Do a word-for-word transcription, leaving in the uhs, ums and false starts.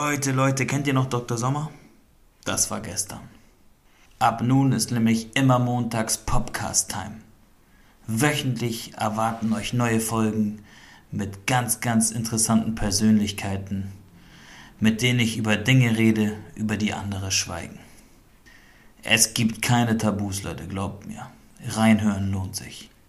Leute, Leute, kennt ihr noch Doktor Sommer? Das war gestern. Ab nun ist nämlich immer montags Podcast-Time. Wöchentlich erwarten euch neue Folgen mit ganz, ganz interessanten Persönlichkeiten, mit denen ich über Dinge rede, über die andere schweigen. Es gibt keine Tabus, Leute, glaubt mir. Reinhören lohnt sich.